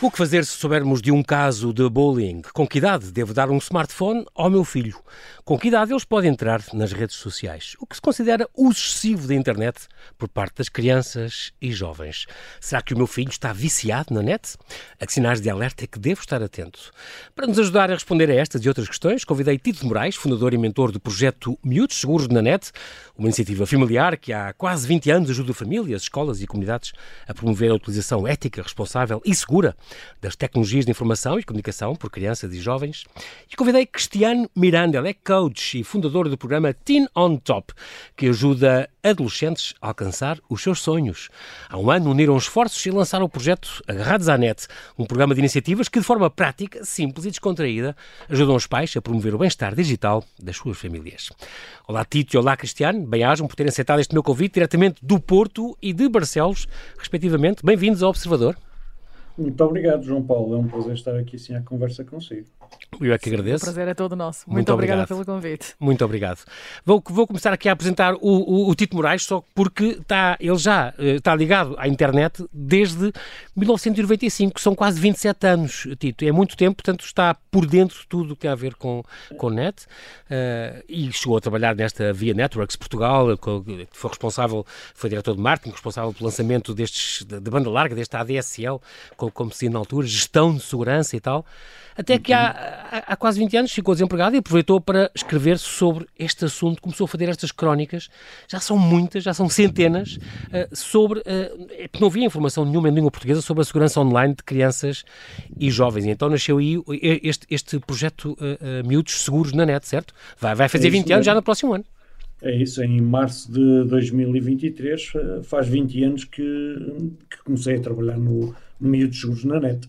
O que fazer se soubermos de um caso de bullying? Com que idade devo dar um smartphone ao meu filho? Com que idade eles podem entrar nas redes sociais? O que se considera uso excessivo da internet por parte das crianças e jovens? Será que o meu filho está viciado na net? A que sinais de alerta é que devo estar atento? Para nos ajudar a responder a estas e outras questões, convidei Tito de Moraes, fundador e mentor do projeto Miúdos Seguros na Net, uma iniciativa familiar que há quase 20 anos ajuda famílias, escolas e comunidades a promover a utilização ética, responsável e segura das tecnologias de informação e comunicação por crianças e jovens. E convidei Cristiano Miranda, ele é coach e fundador do programa Teen on Top, que ajuda adolescentes a alcançar os seus sonhos. Há um ano uniram esforços e lançaram o projeto Agarrados à Net, um programa de iniciativas que de forma prática, simples e descontraída ajudam os pais a promover o bem-estar digital das suas famílias. Olá Tito e olá Cristiano, bem-ajam por terem aceitado este meu convite diretamente do Porto e de Barcelos, respectivamente. Bem-vindos ao Observador. Muito obrigado, João Paulo. É um prazer estar aqui assim à conversa consigo. Eu é que agradeço. O prazer é todo nosso. Muito obrigada pelo convite. Muito obrigado. Vou começar aqui a apresentar o Tito Moraes, só porque ele já está ligado à internet desde 1995, são quase 27 anos, Tito. É muito tempo, portanto está por dentro de tudo o que tem a ver com net e chegou a trabalhar nesta Via Networks Portugal, foi diretor de marketing, responsável pelo lançamento de banda larga, deste ADSL, como se diz na altura, gestão de segurança e tal, até que há quase 20 anos ficou desempregado e aproveitou para escrever sobre este assunto, começou a fazer estas crónicas, já são muitas, já são centenas, porque não havia informação nenhuma em língua portuguesa sobre a segurança online de crianças e jovens, e então nasceu aí este projeto Miúdos Seguros na Net, certo? Vai fazer 20 anos já no próximo ano. É isso, em março de 2023 faz 20 anos que comecei a trabalhar no Miúdos Seguros na Net.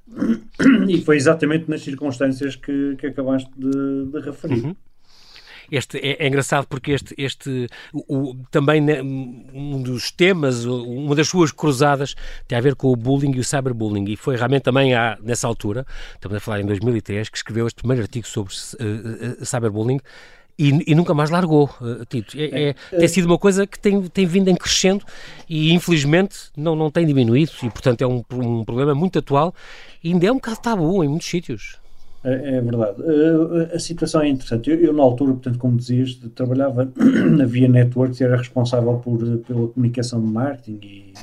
E foi exatamente nas circunstâncias que acabaste de referir. Uhum. É engraçado porque também um dos temas, uma das suas cruzadas tem a ver com o bullying e o cyberbullying, e foi realmente também nessa altura, estamos a falar em 2003, que escreveu este primeiro artigo sobre cyberbullying. E nunca mais largou, Tito. Tem sido uma coisa que tem vindo em crescendo e, infelizmente, não tem diminuído e, portanto, é um problema muito atual e ainda é um bocado tabu em muitos sítios. É verdade. A situação é interessante. Eu na altura, portanto, como dizias, trabalhava na Via Networks e era responsável pela comunicação de marketing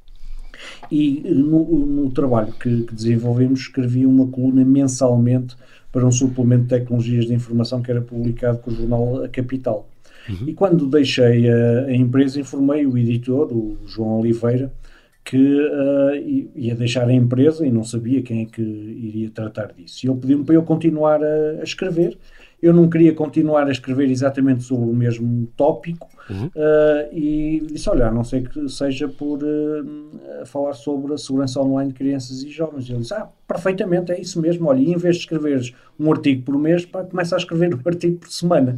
e no trabalho que desenvolvemos escrevia uma coluna mensalmente para um suplemento de tecnologias de informação que era publicado com o jornal A Capital. Uhum. E quando deixei a empresa, informei o editor, o João Oliveira, que ia deixar a empresa e não sabia quem é que iria tratar disso. E ele pediu-me para eu continuar a escrever. Eu não queria continuar a escrever exatamente sobre o mesmo tópico, e disse, olha, a não ser que seja por falar sobre a segurança online de crianças e jovens. Ele disse, perfeitamente, é isso mesmo. Olha, em vez de escreveres um artigo por mês, começa a escrever um artigo por semana.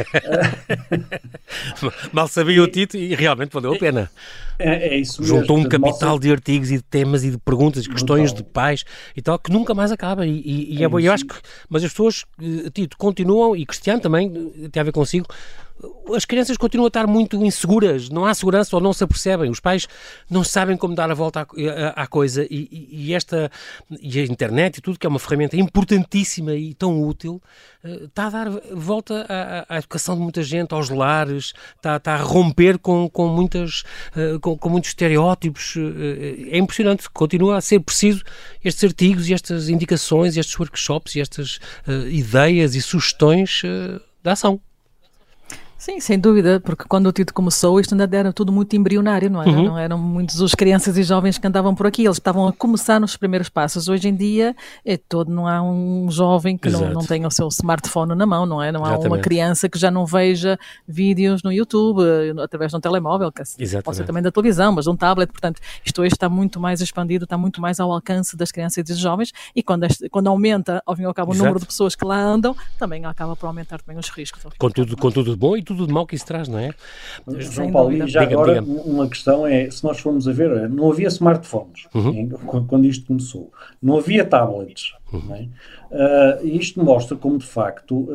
Mal sabia o Tito e realmente valeu a pena. É isso mesmo. Juntou um capital de artigos e de temas e de perguntas, de questões de pais e tal, que nunca mais acaba. E é bom, eu acho que, mas as pessoas, Tito, continuam, e Cristiano também, tem a ver consigo, as crianças continuam a estar muito inseguras, não há segurança ou não se apercebem, os pais não sabem como dar a volta à coisa e a internet e tudo, que é uma ferramenta importantíssima e tão útil, está a dar volta à educação de muita gente, aos lares, está a romper com muitos estereótipos. É impressionante, continua a ser preciso estes artigos e estas indicações, estes workshops e estas ideias e sugestões de ação. Sim, sem dúvida, porque quando o Tito começou isto ainda era tudo muito embrionário, não era? Uhum. Não eram muitos os crianças e jovens que andavam por aqui, eles estavam a começar nos primeiros passos. Hoje em dia não há um jovem que não tenha o seu smartphone na mão, não é? Não há uma criança que já não veja vídeos no YouTube, através de um telemóvel, que pode ser também da televisão, mas de um tablet. Portanto, isto hoje está muito mais expandido, está muito mais ao alcance das crianças e dos jovens, e quando aumenta, ao fim e ao cabo, o número de pessoas que lá andam, também acaba por aumentar também os riscos. Com tudo de bom e tudo de mau que isso traz, não é? João Paulo, e já agora uma questão é, se nós formos a ver, não havia smartphones quando isto começou, não havia tablets, não é? E isto mostra como de facto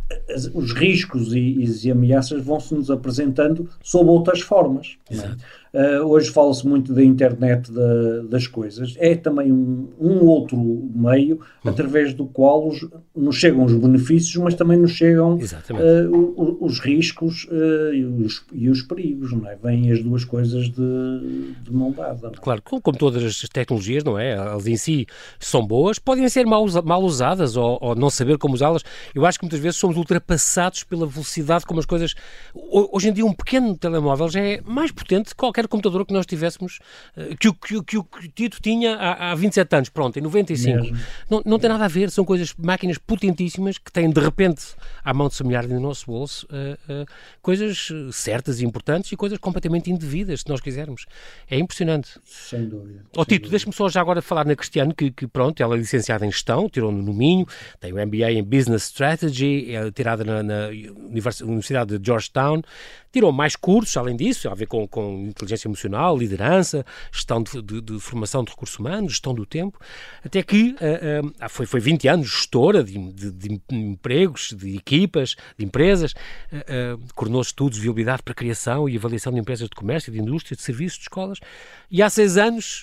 os riscos e ameaças vão-se nos apresentando sob outras formas. Não é? Hoje fala-se muito da internet das coisas. É também um outro meio através do qual nos chegam os benefícios, mas também nos chegam os riscos e os perigos, não é? Vêm as duas coisas de mão dada. Não é? Claro, como todas as tecnologias, não é? Elas em si são boas, podem ser mal usadas ou não saber como usá-las. Eu acho que muitas vezes somos ultrapassados pela velocidade como as coisas... Hoje em dia um pequeno telemóvel já é mais potente que qualquer computador que nós tivéssemos, que o Tito tinha há 27 anos, pronto, em 95. Não tem nada a ver, são máquinas potentíssimas que têm de repente à mão de semelhar no nosso bolso coisas certas e importantes e coisas completamente indevidas, se nós quisermos. É impressionante. Sem dúvida. Tito, deixa-me só já agora falar na Cristiane, que pronto, ela é licenciada em Gestão, tirou-no no Minho, tem o MBA em Business Strategy, é tirada na Universidade de Georgetown, tirou mais cursos, além disso, a ver com inteligência emocional, liderança, gestão de formação de recursos humanos, gestão do tempo, até que foi 20 anos gestora de empregos, de equipas, de empresas, coordenou estudos de viabilidade para a criação e avaliação de empresas de comércio, de indústria, de serviços, de escolas, e há 6 anos,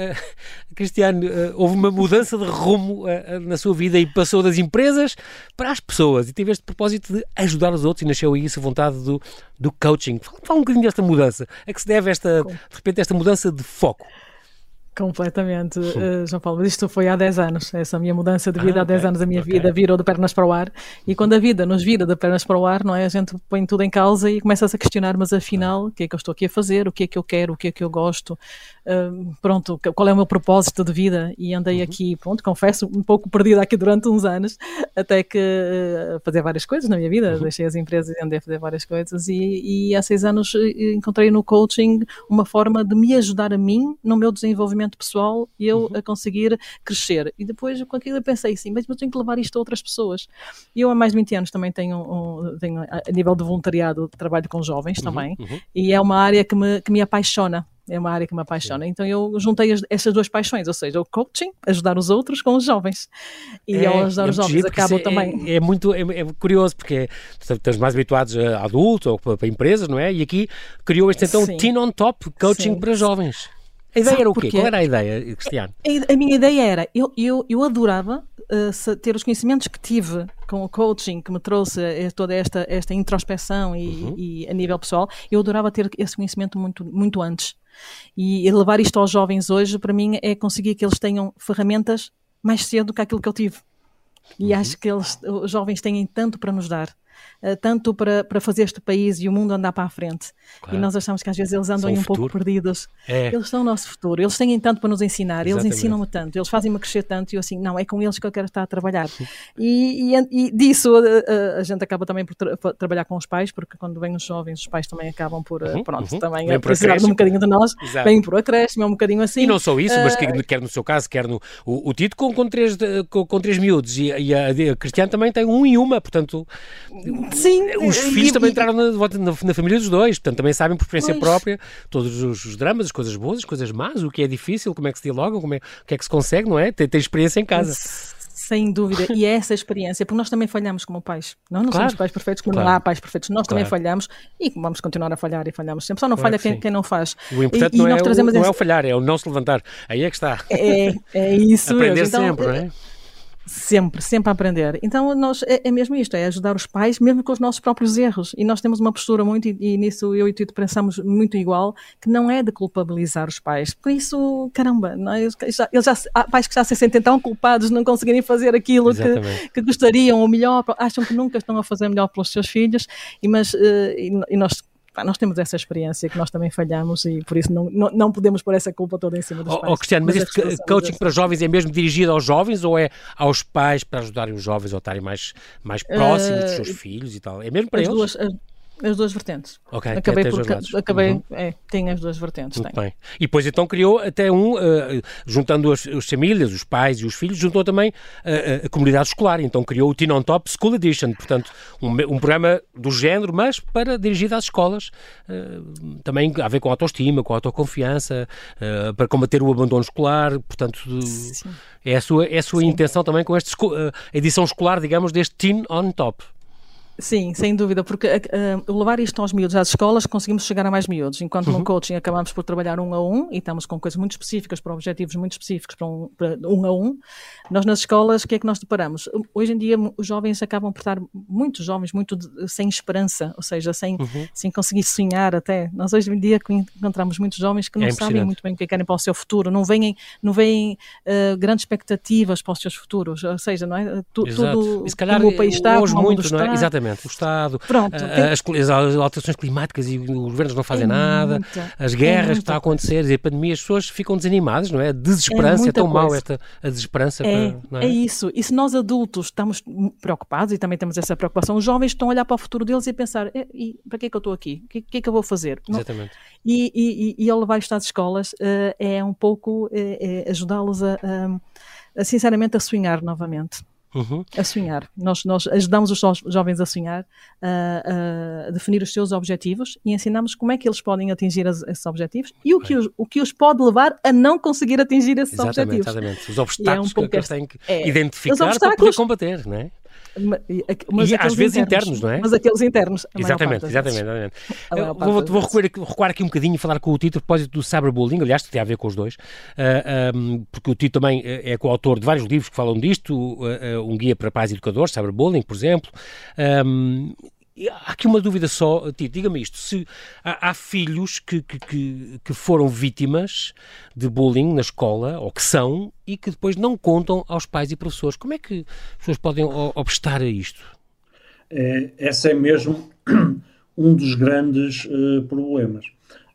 Cristiane, houve uma mudança de rumo na sua vida e passou das empresas para as pessoas e teve este propósito de ajudar os outros e nasceu aí essa vontade do coaching. Fala um bocadinho desta mudança. A que se deve de repente, esta mudança de foco? Completamente, João Paulo, mas isto foi há 10 anos, essa minha mudança de vida, há 10 anos a minha vida virou de pernas para o ar, e quando a vida nos vira de pernas para o ar, não é? A gente põe tudo em causa e começa-se a questionar, mas afinal, o que é que eu estou aqui a fazer, o que é que eu quero, o que é que eu gosto, pronto, qual é o meu propósito de vida, e andei aqui, pronto, confesso, um pouco perdida aqui durante uns anos, até que fazer várias coisas na minha vida, deixei as empresas e andei a fazer várias coisas, e há 6 anos encontrei no coaching uma forma de me ajudar a mim, no meu desenvolvimento pessoal, e eu a conseguir crescer. E depois com aquilo eu pensei assim, mas eu tenho que levar isto a outras pessoas. E eu há mais de 20 anos também tenho a nível de voluntariado, trabalho com jovens também, e é uma área que me apaixona. É uma área que me apaixona. Então eu juntei estas duas paixões, ou seja, o coaching, ajudar os outros com os jovens. E ao ajudar os jovens acaba também... É muito curioso, porque estamos mais habituados a adultos ou para empresas, não é? E aqui criou este então Teen on Top, coaching para jovens. A ideia era o quê? Qual era a ideia, Cristiane? A minha ideia era, eu adorava ter os conhecimentos que tive com o coaching, que me trouxe toda esta introspeção e a nível pessoal, eu adorava ter esse conhecimento muito, muito antes. E levar isto aos jovens hoje, para mim, é conseguir que eles tenham ferramentas mais cedo do que aquilo que eu tive. E acho que os jovens têm tanto para nos dar. Tanto para fazer este país e o mundo andar para a frente. Claro. E nós achamos que às vezes eles andam um pouco perdidos. Eles são o nosso futuro, eles têm tanto para nos ensinar, eles ensinam-me tanto, eles fazem-me crescer tanto, e eu assim, não, é com eles que eu quero estar a trabalhar. E disso a gente acaba também por trabalhar com os pais, porque quando vêm os jovens, os pais também acabam por, também a precisar de um bocadinho de nós, vêm por acréscimo, é um bocadinho assim. E não só isso, mas quer no seu caso, quer o Tito com 3 miúdos, e a Cristiane também tem 1 e 1, portanto... Sim, os filhos também entraram na família dos dois, portanto também sabem por experiência própria todos os dramas, as coisas boas, as coisas más, o que é difícil, como é que se dialogam, o que é que se consegue, não é? Tem experiência em casa. Sem dúvida, e é essa experiência, porque nós também falhamos como pais. Não somos pais perfeitos, como não há pais perfeitos, nós também falhamos e vamos continuar a falhar e falhamos sempre. Só não falha quem não faz. O importante não é o falhar, é o não se levantar. Aí é que está. É isso aprender mesmo. Sempre, não é? Sempre a aprender. Então é mesmo isto, é ajudar os pais mesmo com os nossos próprios erros, e nós temos uma postura muito, e nisso eu e o Tito pensamos muito igual, que não é de culpabilizar os pais, por isso, caramba, não é? Há pais que já se sentem tão culpados de não conseguirem fazer aquilo que gostariam, ou melhor, acham que nunca estão a fazer melhor pelos seus filhos, mas nós temos essa experiência que nós também falhamos, e por isso não podemos pôr essa culpa toda em cima dos pais. Cristiano, mas este coaching para jovens é mesmo dirigido aos jovens, ou é aos pais para ajudarem os jovens a estarem mais próximos dos seus filhos e tal? É mesmo para eles? As duas vertentes. Ok, tem as duas vertentes. Muito bem. E depois então criou até juntando as famílias, os pais e os filhos, juntou também a comunidade escolar. Então criou o Teen on Top School Edition, portanto um programa do género, mas dirigido às escolas, também a ver com autoestima, com autoconfiança, para combater o abandono escolar, portanto é a sua intenção também com esta edição escolar, digamos, deste Teen on Top. Sim, sem dúvida, porque levar isto aos miúdos, às escolas, conseguimos chegar a mais miúdos, enquanto no coaching acabamos por trabalhar 1 a 1 e estamos com coisas muito específicas, para objetivos muito específicos para 1 a 1. Nós nas escolas, o que é que nós deparamos? Hoje em dia os jovens acabam por estar, muitos jovens, sem esperança, ou seja, sem conseguir sonhar até. Nós hoje em dia encontramos muitos jovens que não sabem muito bem o que querem para o seu futuro, não veem grandes expectativas para os seus futuros, ou seja, não é? Tudo e se calhar, como o país está, hoje como o mundo muito, não é? está. Exatamente, o Estado, Pronto, as alterações climáticas e os governos não fazem nada, as guerras que estão a acontecer, e a pandemia, as pessoas ficam desanimadas, não é? A desesperança, é tão mau a desesperança. Não é? É isso, e se nós adultos estamos preocupados, e também temos essa preocupação, os jovens estão a olhar para o futuro deles e a pensar, e para que é que eu estou aqui? O que é que eu vou fazer? Exatamente. E ao levar isto às escolas é um pouco ajudá-los sinceramente a sonhar novamente. A sonhar. Nós ajudamos os jovens a sonhar, a definir os seus objetivos e ensinamos como é que eles podem atingir esses objetivos e o que os pode levar a não conseguir atingir esses objetivos. Exatamente. Os obstáculos que eles têm que identificar para poder combater, não é? Mas e às vezes internos, não é? Mas aqueles internos. Exatamente. Vou recuar aqui um bocadinho e falar com o Tito a propósito do cyberbullying, aliás, tem a ver com os dois, porque o Tito também é coautor de vários livros que falam disto, um guia para pais e educadores, cyberbullying, por exemplo. Há aqui uma dúvida só, Tito, diga-me isto, se há filhos que foram vítimas de bullying na escola, ou que são, e que depois não contam aos pais e professores, como é que as pessoas podem obstar a isto? Esse é mesmo um dos grandes problemas.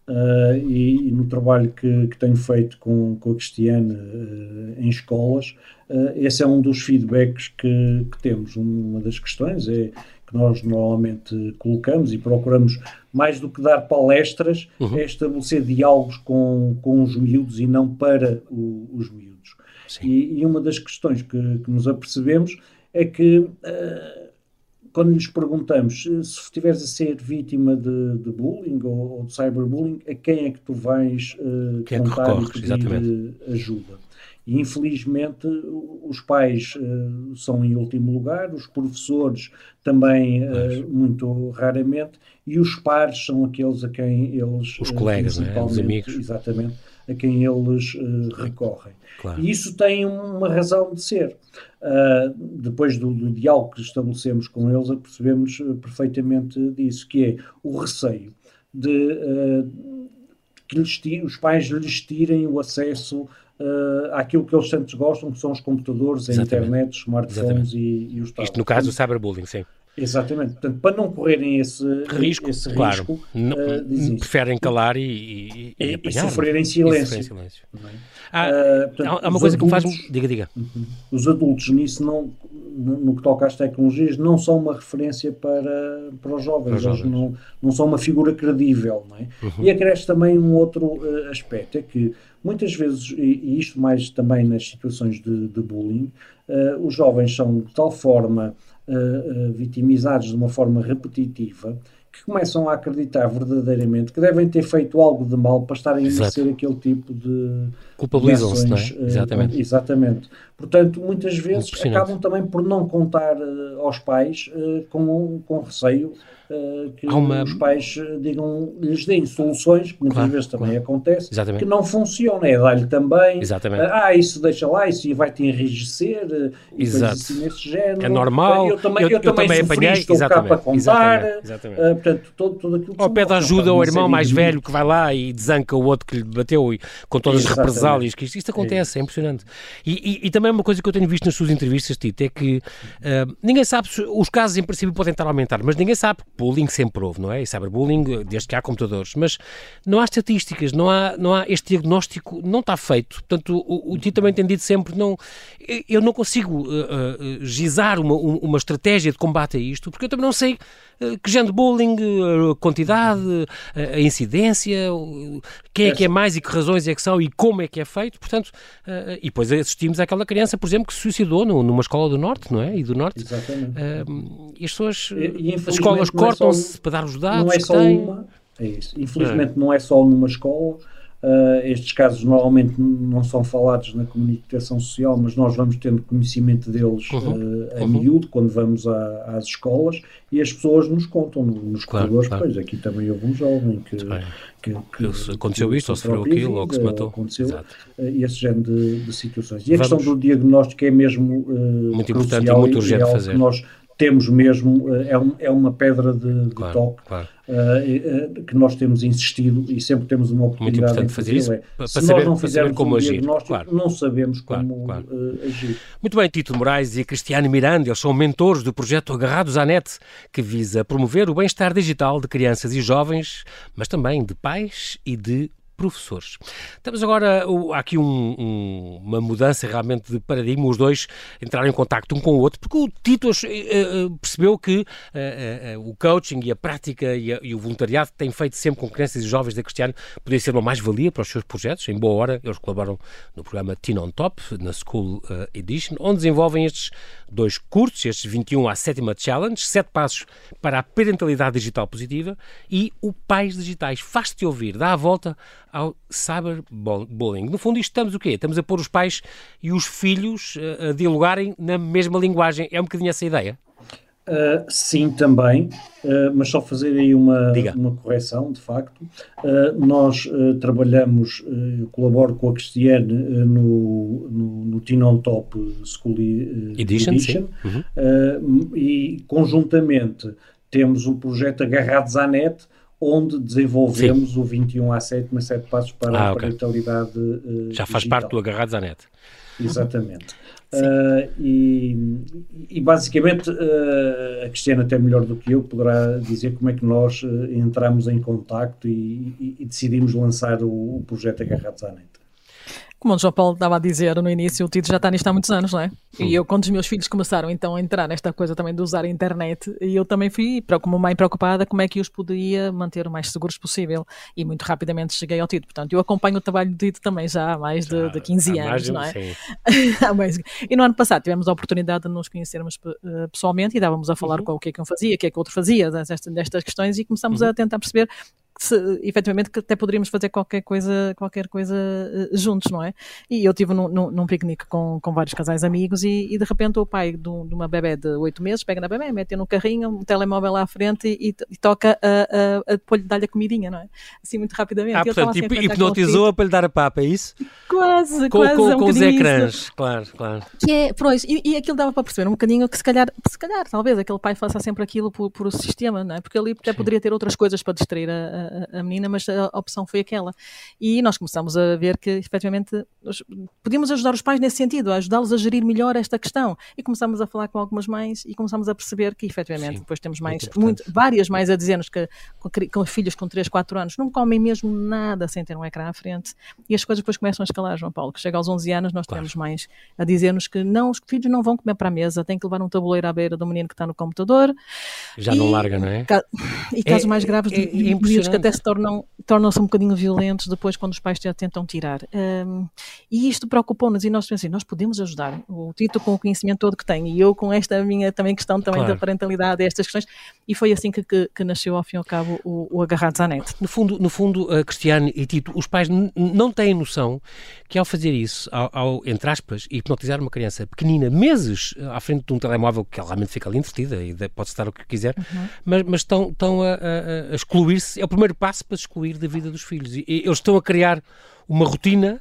E no trabalho que tenho feito com a Cristiane em escolas, esse é um dos feedbacks que temos. Uma das questões é que nós normalmente colocamos e procuramos, mais do que dar palestras, é estabelecer diálogos com os miúdos e não para os miúdos. E uma das questões que nos apercebemos é que quando lhes perguntamos se estiveres a ser vítima de bullying ou de cyberbullying, a quem é que tu vais contar e pedir ajuda? E, infelizmente, os pais são em último lugar, os professores também muito raramente, e os pares são aqueles a quem eles... Os colegas, os amigos. Exatamente, a quem eles recorrem. Claro. E isso tem uma razão de ser. Depois do diálogo que estabelecemos com eles, percebemos perfeitamente disso, que é o receio de que os pais lhes tirem o acesso àquilo que eles tanto gostam, que são os computadores, a internet, os smartphones e os tablets. Isto no caso do cyberbullying, sim. Exatamente. Portanto, para não correrem esse risco, claro. Preferem calar e sofrer em silêncio. Há uma coisa que me faz... Diga. Os adultos nisso, no que toca às tecnologias, não são uma referência para os jovens. Eles não são uma figura credível. Não é? E acresce também um outro aspecto, é que muitas vezes, e isto mais também nas situações de bullying, os jovens são de tal forma vitimizados de uma forma repetitiva que começam a acreditar verdadeiramente que devem ter feito algo de mal para estarem a merecer aquele tipo de culpabilizam-se, não é? Exatamente. Portanto, muitas vezes acabam também por não contar aos pais com receio que os pais lhes deem soluções, que muitas vezes também acontece, que não funcionam. É dar-lhe também, isso deixa lá, isso vai-te enrijecer, e coisas assim nesse género. É normal, eu também apanhei, estou cá para contar. Portanto, tudo aquilo que ou pede ajuda ao irmão mais velho que vai lá e desanca o outro que lhe bateu e com todas as represálias, que isto acontece, é impressionante. E também uma coisa que eu tenho visto nas suas entrevistas, Tito, é que ninguém sabe, os casos em princípio podem estar a aumentar, mas ninguém sabe. Bullying sempre houve, não é? E cyberbullying, desde que há computadores. Mas não há estatísticas, não há este diagnóstico, não está feito. Portanto, o Tito também tem dito sempre, eu não consigo gizar uma estratégia de combate a isto, porque eu também não sei que género de bullying, a quantidade, a incidência, quem é que é mais e que razões é que são e como é que é feito. Portanto, e depois assistimos àquela criança, por exemplo, que se suicidou numa escola do Norte, não é? E do Norte. Exatamente. E as pessoas, as escolas cortam-se para dar os dados não é só uma, é isso. Infelizmente não é só numa escola, Estes casos normalmente não são falados na comunicação social, mas nós vamos tendo conhecimento deles a miúdo, quando vamos às escolas, e as pessoas nos contam nos corredores. Pois, aqui também houve um jovem que aconteceu isto, ou sofreu aquilo, ou que se matou. Aconteceu esse género de situações. E a questão do diagnóstico é mesmo muito importante e muito urgente de fazer. Que nós temos mesmo, é uma pedra de toque. Que nós temos insistido e sempre temos uma oportunidade de fazer isso. Se nós não fizermos como um diagnóstico, não sabemos como agir. Muito bem, Tito Moraes e Cristiane Miranda, eles são mentores do projeto Agarrados à Net, que visa promover o bem-estar digital de crianças e jovens, mas também de pais e de professores. Temos agora aqui uma mudança realmente de paradigma, os dois entraram em contacto um com o outro, porque o Tito percebeu que o coaching e a prática e o voluntariado que tem feito sempre com crianças e jovens da Cristiane poderia ser uma mais-valia para os seus projetos. Em boa hora, eles colaboram no programa Teen on Top, na School Edition, onde desenvolvem estes dois cursos, estes 21 à 7ª Challenge, 7 passos para a parentalidade digital positiva e o Pais Digitais. Faz-te ouvir, dá a volta ao cyberbullying. No fundo, isto estamos o quê? Estamos a pôr os pais e os filhos a dialogarem na mesma linguagem. É um bocadinho essa a ideia? Sim, também, mas só fazer aí uma correção, de facto. Nós trabalhamos, colaboro com a Cristiane no Teen on Top School Edition. E conjuntamente temos o projeto Agarrados à Net, onde desenvolvemos o 21 à 7ª, 7 passos para a parentalidade já faz digital. Parte do Agarrados à Net. Exatamente. E basicamente a Cristiana, até melhor do que eu, poderá dizer como é que nós entramos em contacto e decidimos lançar o projeto Agarrados à Net. Como o João Paulo estava a dizer no início, o Tito já está nisto há muitos anos, não é? E eu, quando os meus filhos começaram então a entrar nesta coisa também de usar a internet, e eu também fui, como mãe preocupada, como é que os poderia manter o mais seguros possível. E muito rapidamente cheguei ao Tito. Portanto, eu acompanho o trabalho do Tito também já há mais de 15 anos, não é? E no ano passado tivemos a oportunidade de nos conhecermos pessoalmente e dávamos a falar com o que é que um fazia, o que é que o outro fazia, destas questões, e começamos a tentar perceber se efetivamente que até poderíamos fazer qualquer coisa juntos, não é? E eu estive num piquenique com vários casais amigos e de repente o pai de uma bebé de 8 meses pega na bebé, mete no carrinho, um telemóvel lá à frente e toca dar-lhe a comidinha, não é? Assim muito rapidamente. Portanto, hipnotizou-a para lhe dar a papa, é isso? Quase. Com os ecrãs, claro. Pois, e aquilo dava para perceber um bocadinho que se calhar, talvez aquele pai faça sempre aquilo por o sistema, não é? Porque ali até poderia ter outras coisas para distrair a menina, mas a opção foi aquela. E nós começamos a ver que, efetivamente, podíamos ajudar os pais nesse sentido, a ajudá-los a gerir melhor esta questão. E começamos a falar com algumas mães e começamos a perceber que, efetivamente, depois temos várias mães a dizer-nos que com filhos com 3, 4 anos não comem mesmo nada sem ter um ecrã à frente. E as coisas depois começam a escalar, João Paulo, que chega aos 11 anos, nós temos mães a dizer-nos que não, os filhos não vão comer para a mesa, têm que levar um tabuleiro à beira do menino que está no computador. Já não larga, não é? E casos mais graves de miúdos que até se tornam-se um bocadinho violentos depois quando os pais tentam tirar. E isto preocupou-nos e nós pensamos assim, nós podemos ajudar. O Tito com o conhecimento todo que tem e eu com esta minha também questão também da parentalidade, estas questões, e foi assim que nasceu ao fim e ao cabo o Agarrados à Net. No fundo, Cristiane e Tito, os pais não têm noção que ao fazer isso, ao entre aspas, hipnotizar uma criança pequenina, meses à frente de um telemóvel, que ela realmente fica ali entretida e pode estar o que quiser, mas estão a excluir-se, é o primeiro passo para se excluir da vida dos filhos. E eles estão a criar uma rotina,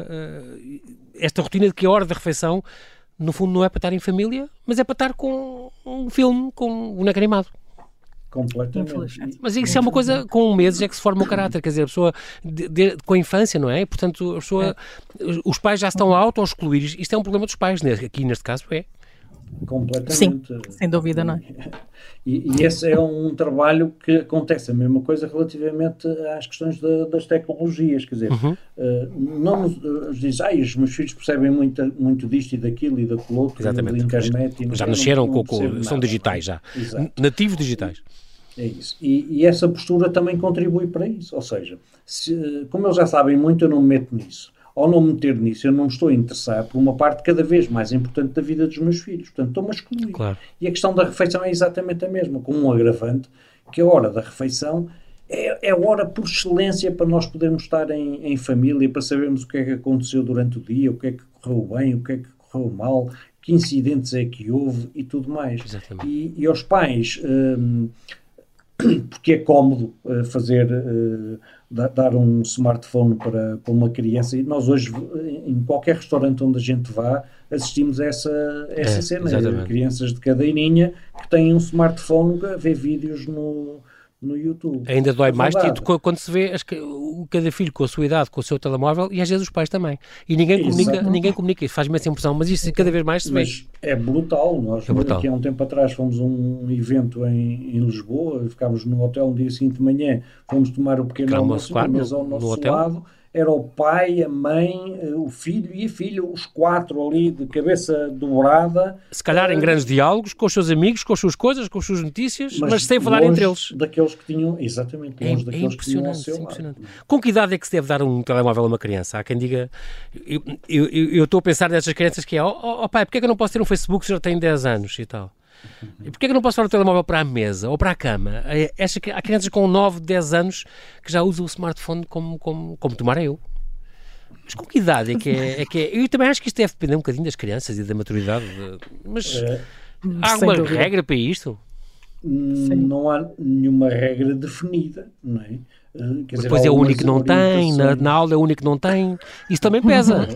esta rotina de que a hora da refeição, no fundo, não é para estar em família, mas é para estar com um filme, com um boneco animado. Completamente. Mas isso é uma coisa, com meses é que se forma o caráter, quer dizer, a pessoa, com a infância, não é? E, portanto, a pessoa, os pais já estão a auto-excluir. Isto é um problema dos pais, né? Aqui neste caso é. Completamente. Sim, sem dúvida, não é? E esse é um trabalho que acontece a mesma coisa relativamente às questões das tecnologias, quer dizer, não nos diz, os meus filhos percebem muito disto e daquilo e daquilo outro, da internet. Já nasceram são digitais já, nativos digitais. É isso. E essa postura também contribui para isso, ou seja, como eles já sabem muito, eu não me meto nisso. Ao não me meter nisso, eu não me estou a interessar por uma parte cada vez mais importante da vida dos meus filhos. Portanto, estou-me a excluir. Claro. E a questão da refeição é exatamente a mesma, com um agravante, que a hora da refeição é hora por excelência para nós podermos estar em família, para sabermos o que é que aconteceu durante o dia, o que é que correu bem, o que é que correu mal, que incidentes é que houve e tudo mais. E aos pais, porque é cómodo dar um smartphone para uma criança, e nós hoje, em qualquer restaurante onde a gente vá, assistimos a essa cena. Crianças de cadeirinha que têm um smartphone a ver vídeos no YouTube. Ainda dói mais quando se vê cada filho com a sua idade, com o seu telemóvel, e às vezes os pais também. E ninguém comunica isso, faz-me essa impressão, mas isso cada vez mais se vê. Mas é brutal. Nós, aqui há um tempo atrás, fomos a um evento em Lisboa, ficámos no hotel no dia seguinte de manhã, fomos tomar o pequeno almoço, mas ao nosso lado era o pai, a mãe, o filho e a filha, os 4 ali de cabeça dobrada. Se calhar em grandes diálogos, com os seus amigos, com as suas coisas, com as suas notícias, mas sem falar entre eles. Daqueles que tinham, exatamente, longe daqueles que tinham ao seu lado. Com que idade é que se deve dar um telemóvel a uma criança? Há quem diga, eu estou a pensar nessas crianças que pai, porque é que eu não posso ter um Facebook se já tenho 10 anos e tal? E porquê é que eu não posso levar o telemóvel para a mesa ou para a cama? Há crianças com 9, 10 anos que já usam o smartphone como tomara eu. Mas com que idade é que é? Eu também acho que isto deve depender um bocadinho das crianças e da maturidade. Mas há alguma regra para isto? Não há nenhuma regra definida, não é? Quer dizer, depois é o único que não tem, na aula é o único que não tem. Isso também pesa.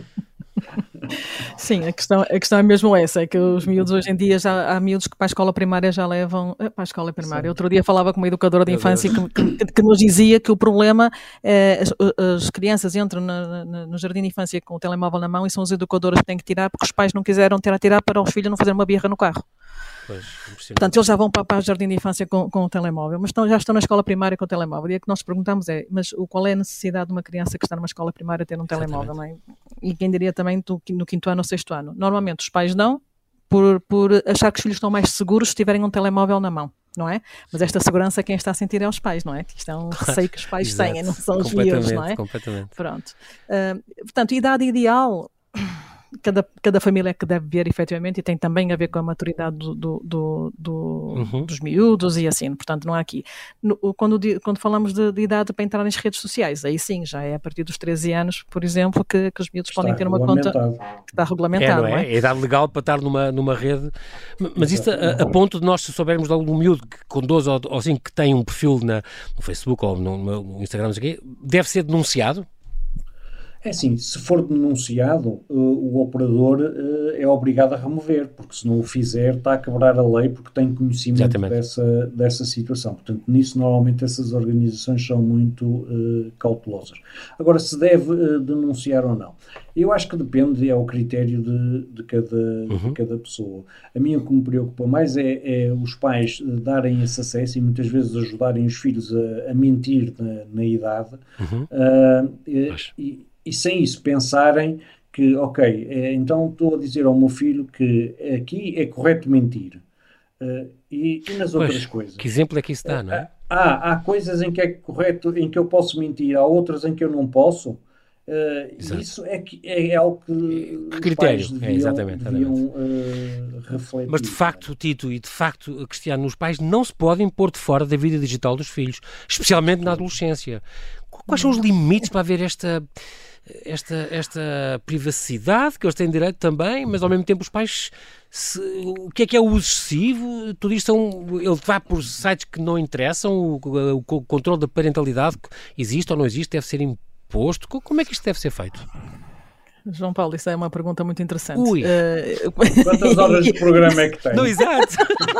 Sim, a questão é mesmo essa, é que os miúdos hoje em dia há miúdos que para a escola primária já levam para a escola primária. Sim. Outro dia falava com uma educadora de infância que nos dizia que o problema é as crianças entram no jardim de infância com o telemóvel na mão e são as educadoras que têm que tirar porque os pais não quiseram ter a tirar para os filhos não fazerem uma birra no carro. Portanto, eles já vão para o jardim de infância com o telemóvel, mas já estão na escola primária com o telemóvel. E o que nós perguntamos mas qual é a necessidade de uma criança que está numa escola primária ter um telemóvel? Não é? E quem diria também no 5º ano ou 6º ano? Normalmente os pais dão por achar que os filhos estão mais seguros se tiverem um telemóvel na mão, não é? Mas esta segurança quem está a sentir é os pais, não é? Isto é um receio que os pais têm, não são os miúdos, não é? Completamente. Pronto. Portanto, idade ideal... Cada família é que deve ver efetivamente e tem também a ver com a maturidade dos miúdos e assim, portanto não há aqui. Quando falamos de idade para entrar nas redes sociais, aí sim, já é a partir dos 13 anos, por exemplo, que os miúdos podem ter uma conta que está regulamentado. Não é? É idade legal para estar numa rede, mas isto a ponto de nós se soubermos logo de um miúdo que, com 12 ou 5 que tem um perfil no Facebook ou no Instagram, deve ser denunciado? É assim, se for denunciado, o operador é obrigado a remover, porque se não o fizer está a quebrar a lei porque tem conhecimento dessa situação. Portanto, nisso normalmente essas organizações são muito cautelosas. Agora, se deve denunciar ou não, eu acho que depende, é o critério de cada pessoa. A mim o que me preocupa mais é os pais darem esse acesso e muitas vezes ajudarem os filhos a mentir na idade e sem isso pensarem que, então estou a dizer ao meu filho que aqui é correto mentir. E nas outras coisas? Que exemplo é que isso dá, não é? Há coisas em que é correto, em que eu posso mentir, há outras em que eu não posso. Isso é algo que critério deviam refletir. Mas de facto, Tito, e de facto, Cristiano, os pais não se podem pôr de fora da vida digital dos filhos, especialmente na adolescência. Quais são os limites para haver esta privacidade, que eles têm direito também, mas ao mesmo tempo os pais, o que é o uso excessivo? Tudo isto ele vai por sites que não interessam, o controle da parentalidade que existe ou não existe deve ser imposto. Como é que isto deve ser feito? João Paulo, isso é uma pergunta muito interessante. Quantas horas de programa é que tem? Não, exato.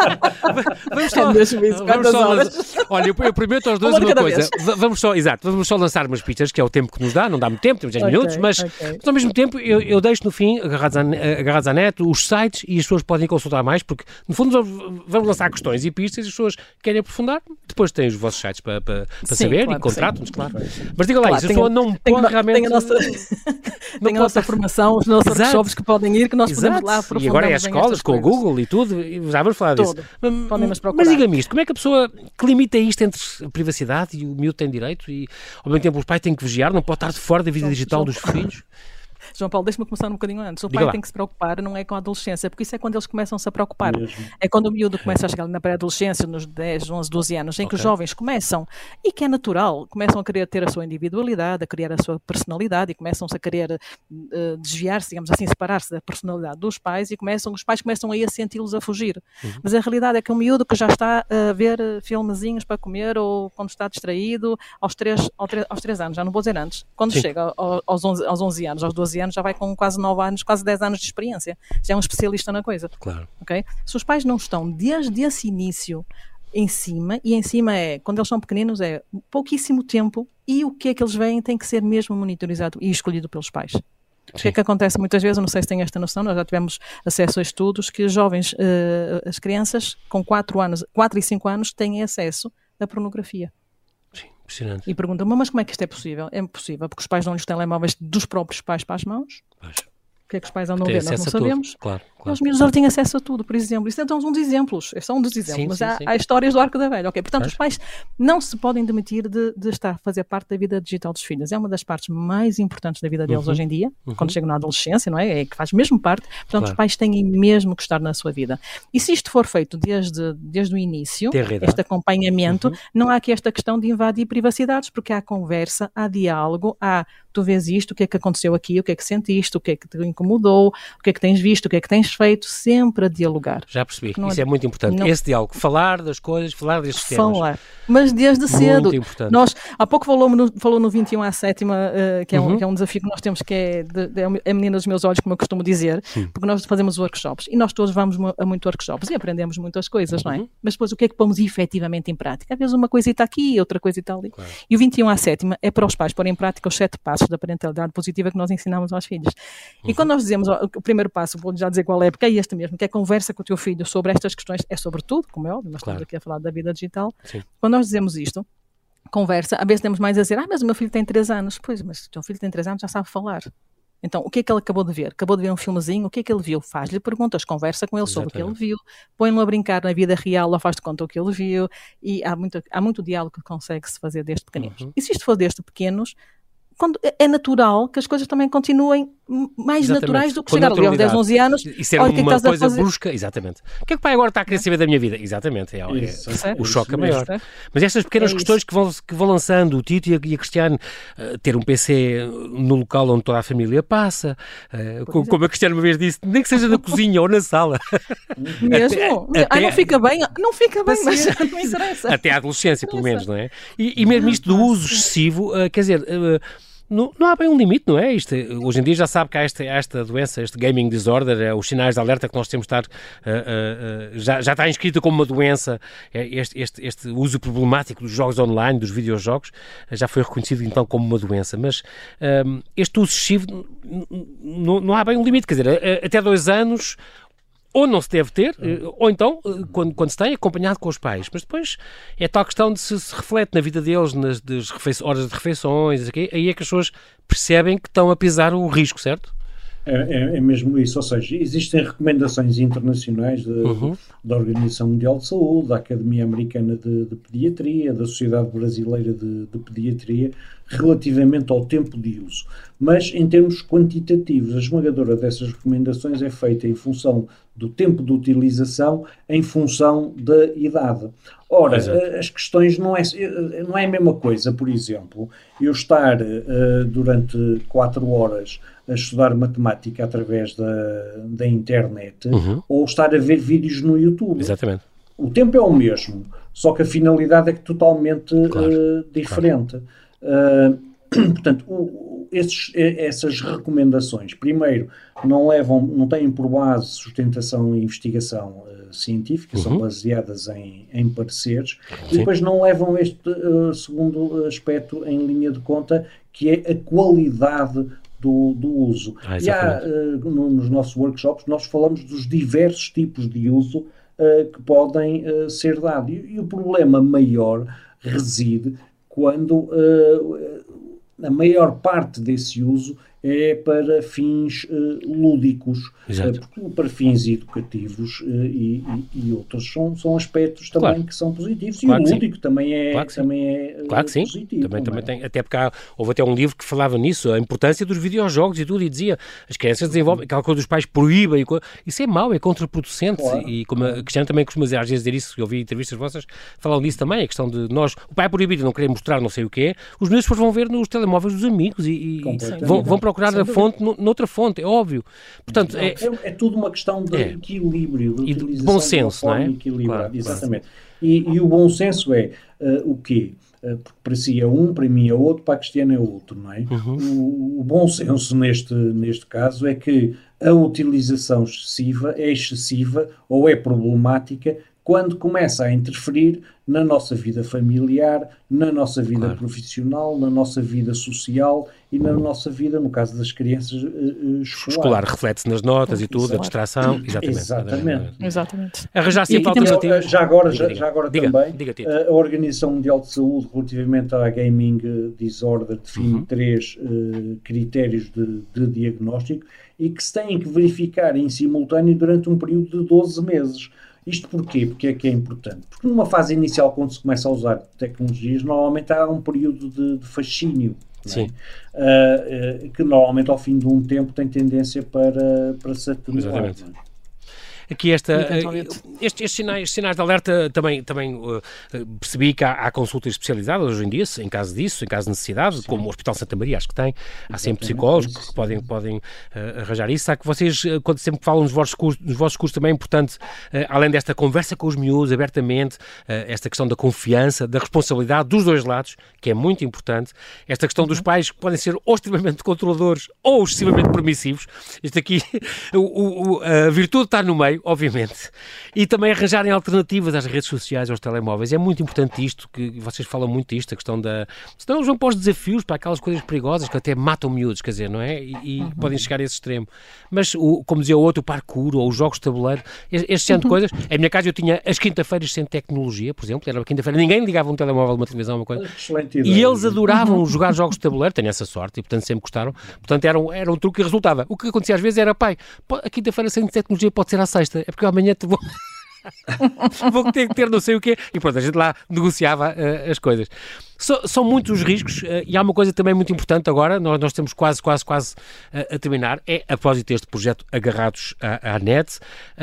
Vamos só olha, eu prometo aos dois uma coisa. Vamos só lançar umas pistas, que é o tempo que nos dá, não dá muito tempo, temos 10 minutos, mas ao mesmo tempo eu deixo no fim, agarrados à net, os sites e as pessoas podem consultar mais, porque no fundo vamos lançar questões e pistas e as pessoas querem aprofundar, depois têm os vossos sites para saber claro, e contratam-nos, claro. Mas diga lá, isso a pessoa não pode realmente... Tem a nossa formação, os nossos workshops que podem ir, que nós podemos lá aprofundar. E agora é as escolas, com o Google e tudo, já vamos falar disso. Mas diga-me isto, como é que a pessoa que limita isto entre a privacidade e o miúdo tem direito e ao mesmo tempo os pais têm que vigiar, não pode estar de fora da vida digital dos filhos? João Paulo, deixa-me começar um bocadinho antes. O pai tem que se preocupar, não é com a adolescência, porque isso é quando eles começam-se a preocupar. É quando o miúdo começa a chegar na pré-adolescência, nos 10, 11, 12 anos, em que os jovens começam, e que é natural, começam a querer ter a sua individualidade, a criar a sua personalidade, e começam-se a querer desviar-se, digamos assim, separar-se da personalidade dos pais, e os pais começam aí a senti-los a fugir. Mas a realidade é que o miúdo que já está a ver filmezinhos para comer, ou quando está distraído, aos 3 anos, já não vou dizer antes, quando chega aos 11 anos, aos 12 anos, já vai com quase 9 anos, quase 10 anos de experiência. Já é um especialista na coisa. Claro. Okay? Se os pais não estão desde esse início em cima, e em cima quando eles são pequeninos, é pouquíssimo tempo, e o que é que eles veem tem que ser mesmo monitorizado e escolhido pelos pais. O que é que acontece muitas vezes, eu não sei se têm esta noção, nós já tivemos acesso a estudos que os jovens, as crianças com 4 e 5 anos têm acesso à pornografia. Sim, impressionante. E perguntam-me, mas como é que isto é possível? É possível porque os pais dão-lhes telemóveis dos próprios pais para as mãos. Pois. O que é que os pais andam a ver? Nós não sabemos. Claro. E os miúdos têm acesso a tudo, por exemplo. Isso é um dos exemplos. É só um dos exemplos. Mas há histórias do Arco da Velha. Okay? Portanto, os pais não se podem demitir de estar a fazer parte da vida digital dos filhos. É uma das partes mais importantes da vida deles hoje em dia, quando chegam na adolescência, não é? É que faz mesmo parte. Portanto, os pais têm mesmo que estar na sua vida. E se isto for feito desde o início, este acompanhamento, não há aqui esta questão de invadir privacidades, porque há conversa, há diálogo, tu vês isto, o que é que aconteceu aqui, o que é que sentiste, o que é que te incomodou, o que é que tens visto, o que é que tens feito, sempre a dialogar. Já percebi, isso é muito importante. Esse diálogo, falar das coisas, falar destes temas. Falar, mas desde cedo. Muito importante. Nós, há pouco falou no 21 à 7ª, que é um desafio que nós temos, que é a menina dos meus olhos, como eu costumo dizer, porque nós fazemos workshops, e nós todos vamos a muitos workshops e aprendemos muitas coisas, não é? Mas depois o que é que pomos efetivamente em prática? Às vezes uma coisa está aqui, outra coisa está ali. Claro. E o 21 à 7ª é para os pais pôr em prática os 7 passos da parentalidade positiva que nós ensinamos aos filhos. E quando nós dizemos o primeiro passo, vou já dizer qual é, porque é este mesmo, que é conversa com o teu filho sobre estas questões, é sobre tudo, como é óbvio, nós estamos aqui a falar da vida digital. Sim. Quando nós dizemos isto, conversa, às vezes temos mais a dizer, mas o meu filho tem 3 anos. Pois, mas o teu filho tem 3 anos, já sabe falar. Então, o que é que ele acabou de ver? Acabou de ver um filmezinho, o que é que ele viu? Faz-lhe perguntas, conversa com ele sobre o que ele viu, põe-no a brincar na vida real ou faz-te conta o que ele viu, e há muito diálogo que consegue-se fazer desde pequeninos. E se isto for desde pequenos, é natural que as coisas também continuem mais naturais do que chegar ali aos 10, 11 anos. E ser uma coisa brusca, exatamente. O que é que o pai agora está a querer saber da minha vida? Exatamente, o choque é maior. Mas estas pequenas questões que vão lançando, o Tito e a Cristiane, ter um PC no local onde toda a família passa, como a Cristiane uma vez disse, nem que seja na cozinha ou na sala. Mesmo? Não fica bem, mas não interessa. Até a adolescência, pelo menos, não é? E mesmo isto do uso excessivo, quer dizer... Não há bem um limite, não é? Hoje em dia já sabe que há esta doença, este gaming disorder, os sinais de alerta que nós temos de estar, já está inscrito como uma doença, este uso problemático dos jogos online, dos videojogos, já foi reconhecido então como uma doença, mas este uso excessivo não há bem um limite, quer dizer, até 2 anos... Ou não se deve ter, ou então, quando se tem, acompanhado com os pais. Mas depois é tal questão de se reflete na vida deles, nas horas de refeições, aí é que as pessoas percebem que estão a pisar o risco, certo? É mesmo isso, ou seja, existem recomendações internacionais da Organização Mundial de Saúde, da Academia Americana de Pediatria, da Sociedade Brasileira de Pediatria, relativamente ao tempo de uso. Mas, em termos quantitativos, a esmagadora dessas recomendações é feita em função do tempo de utilização, em função da idade. Ora, as questões não é a mesma coisa, por exemplo, eu estar durante 4 horas a estudar matemática através da internet ou estar a ver vídeos no YouTube. Exatamente. O tempo é o mesmo, só que a finalidade é totalmente diferente. Portanto, essas recomendações, primeiro, não têm por base sustentação e investigação científica, são baseadas em pareceres, e depois não levam este segundo aspecto em linha de conta, que é a qualidade do uso. E nos nossos workshops nós falamos dos diversos tipos de uso que podem ser dados. E o problema maior reside quando a maior parte desse uso é para fins lúdicos, porque para fins educativos e outros são aspectos também que são positivos, e o lúdico também é positivo. Também tem, até porque houve até um livro que falava nisso, a importância dos videojogos e tudo, e dizia, as crianças desenvolvem, aquela coisa dos pais proíbem, isso é mau, é contraproducente, e como a Cristiana também costuma às vezes dizer isso, eu ouvi entrevistas vossas, falam disso também, a questão de o pai é proibido, não querer mostrar não sei o que é, os meus depois vão ver nos telemóveis dos amigos e vão procurar a fonte noutra fonte, é óbvio. Portanto, é tudo uma questão de equilíbrio, de utilização de bom senso, de uma forma equilibrada. Exatamente. E o bom senso é o quê? Porque para si é um, para mim é outro, para a Cristiana é outro, não é? O bom senso neste caso é que a utilização excessiva é excessiva ou é problemática quando começa a interferir na nossa vida familiar, na nossa vida profissional, na nossa vida social e na nossa vida, no caso das crianças, escolar. Reflete-se nas notas e tudo, a distração. Exatamente. Arranjar sempre alternativas. Já agora também, a Organização Mundial de Saúde, relativamente à Gaming Disorder, define 3 critérios de diagnóstico e que se têm que verificar em simultâneo durante um período de 12 meses. Isto porquê? Porque é que é importante? Porque numa fase inicial, quando se começa a usar tecnologias, normalmente há um período de fascínio. Sim. Que normalmente ao fim de um tempo tem tendência para se atenuar. Exatamente. Aqui estes sinais de alerta também percebi que há consultas especializadas hoje em dia, em caso de necessidade, como o Hospital Santa Maria, acho que tem, há sempre psicólogos que podem arranjar isso. Há que vocês, quando sempre falam nos vossos cursos também é importante, além desta conversa com os miúdos abertamente, esta questão da confiança, da responsabilidade dos dois lados, que é muito importante, esta questão dos pais que podem ser ou extremamente controladores ou excessivamente permissivos. Isto aqui, a virtude está no meio, obviamente, e também arranjarem alternativas às redes sociais, aos telemóveis. É muito importante isto, que vocês falam muito disto, a questão da... Senão eles vão para os desafios, para aquelas coisas perigosas que até matam miúdos, quer dizer, não é? E podem chegar a esse extremo. Mas, como dizia o outro, o parkour ou os jogos de tabuleiro, este tipo de coisas. Em minha casa eu tinha as quinta-feiras sem tecnologia, por exemplo, era a quinta-feira, ninguém ligava um telemóvel, uma televisão, uma coisa. Excelente ideia. E eles adoravam jogar jogos de tabuleiro, tenho essa sorte, e portanto sempre gostaram. Portanto era um truque que resultava. O que acontecia às vezes era, pai, a quinta-feira sem tecnologia pode ser à sexta, é porque amanhã te vou... vou ter que ter não sei o quê, e pronto, a gente lá negociava as coisas. São muitos os riscos, e há uma coisa também muito importante agora, nós temos quase a terminar, é a propósito deste projeto Agarrados à Net,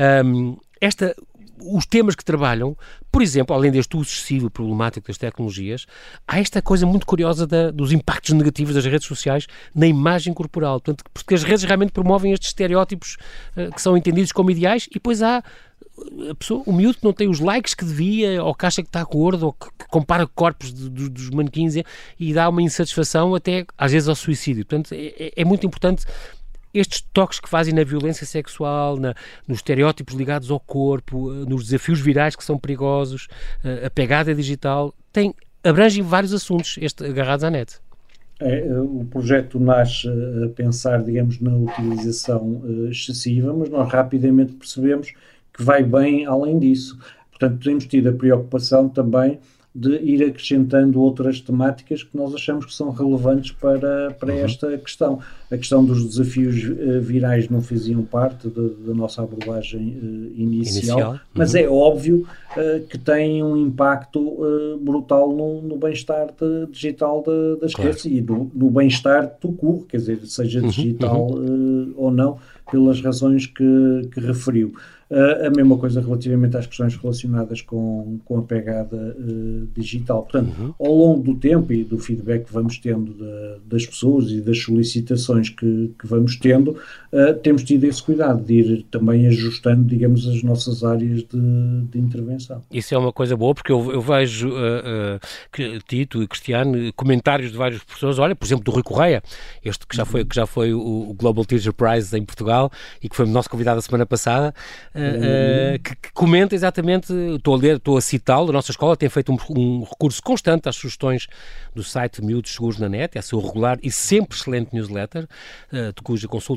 os temas que trabalham, por exemplo, além deste uso excessivo e problemático das tecnologias, há esta coisa muito curiosa dos impactos negativos das redes sociais na imagem corporal, portanto, porque as redes realmente promovem estes estereótipos que são entendidos como ideais, e depois há o miúdo que não tem os likes que devia, ou que acha que está gordo, ou que compara corpos dos manequins e dá uma insatisfação até, às vezes, ao suicídio. Portanto, é muito importante estes toques que fazem na violência sexual, nos estereótipos ligados ao corpo, nos desafios virais que são perigosos, a pegada digital, abrangem vários assuntos agarrados à net. O projeto nasce a pensar, digamos, na utilização excessiva, mas nós rapidamente percebemos que vai bem além disso. Portanto, temos tido a preocupação também de ir acrescentando outras temáticas que nós achamos que são relevantes para esta questão. A questão dos desafios virais não faziam parte da nossa abordagem inicial. Mas é óbvio que tem um impacto brutal no bem-estar digital das crianças e no bem-estar do curso, quer dizer, seja digital ou não, pelas razões que referiu. A mesma coisa relativamente às questões relacionadas com a pegada digital. Portanto, ao longo do tempo e do feedback que vamos tendo das pessoas e das solicitações que vamos tendo, temos tido esse cuidado de ir também ajustando, digamos, as nossas áreas de intervenção. Isso é uma coisa boa, porque eu vejo, Tito e Cristiano, comentários de vários professores, olha, por exemplo, do Rui Correia, este que já foi o Global Teacher Prize em Portugal e que foi o nosso convidado a semana passada, que comenta exatamente, estou a citá-lo, a nossa escola tem feito um recurso constante às sugestões do site Miúdos Seguros na Net, é a sua regular e sempre excelente newsletter, de cuja consulta eu recomendo.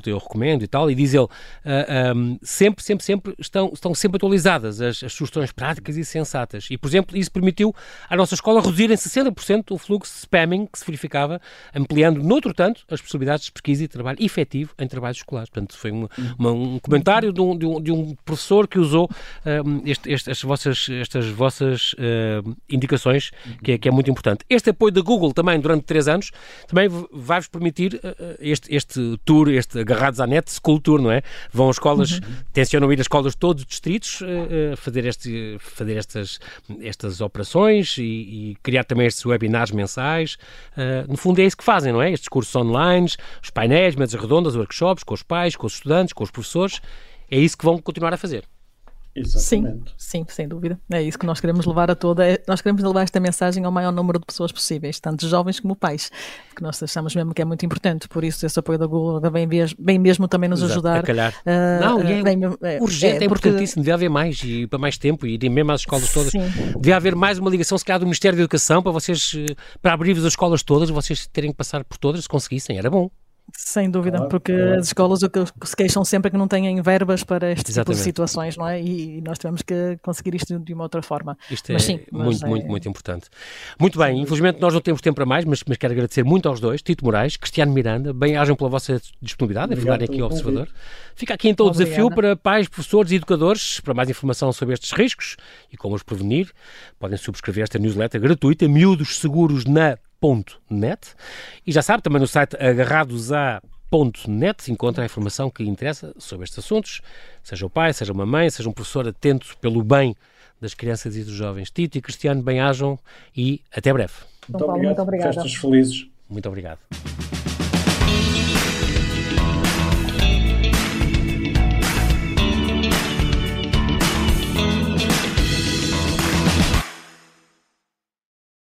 comportamento e tal, e diz ele, sempre estão sempre atualizadas as sugestões práticas e sensatas. E, por exemplo, isso permitiu à nossa escola reduzir em 60% o fluxo de spamming que se verificava, ampliando, noutro tanto, as possibilidades de pesquisa e trabalho efetivo em trabalhos escolares. Portanto, foi um comentário de um professor que usou estas vossas indicações, que é muito importante. Este apoio da Google também, durante 3 anos, também vai-vos permitir este tour, este Agarrados à Net School Tour, não é? Vão às escolas, tencionam ir às escolas de todos os distritos, fazer estas operações e criar também estes webinars mensais. No fundo é isso que fazem, não é? Estes cursos online, os painéis, mesas redondas, workshops, com os pais, com os estudantes, com os professores, é isso que vão continuar a fazer. Exatamente. Sim, sem dúvida. É isso que nós queremos levar a toda. Nós queremos levar esta mensagem ao maior número de pessoas possíveis, tanto jovens como pais, porque nós achamos mesmo que é muito importante. Por isso, esse apoio da Google vem mesmo também nos ajudar. A calhar. Urgente, é importantíssimo. Devia haver mais e para mais tempo e mesmo às escolas todas. Sim. Devia haver mais uma ligação, se calhar, do Ministério da Educação para abrir-vos as escolas todas, vocês terem que passar por todas, se conseguissem, era bom. Sem dúvida, porque as escolas o que se queixam sempre é que não têm verbas para este tipo de situações, não é? E nós tivemos que conseguir isto de uma outra forma. Isto muito importante. Muito bem, infelizmente nós não temos tempo para mais, mas quero agradecer muito aos dois, Tito Moraes, Cristiano Miranda, bem-ajam pela vossa disponibilidade em falarem aqui ao Observador. Fica aqui então o desafio para pais, professores e educadores. Para mais informação sobre estes riscos e como os prevenir, podem subscrever esta newsletter gratuita, Miúdos Seguros na .net, e já sabe, também no site agarradosa.net se encontra a informação que interessa sobre estes assuntos, seja o pai, seja uma mãe, seja um professor atento pelo bem das crianças e dos jovens. Tito e Cristiano, bem-ajam e até breve. Muito obrigado. Festas felizes. Muito obrigado.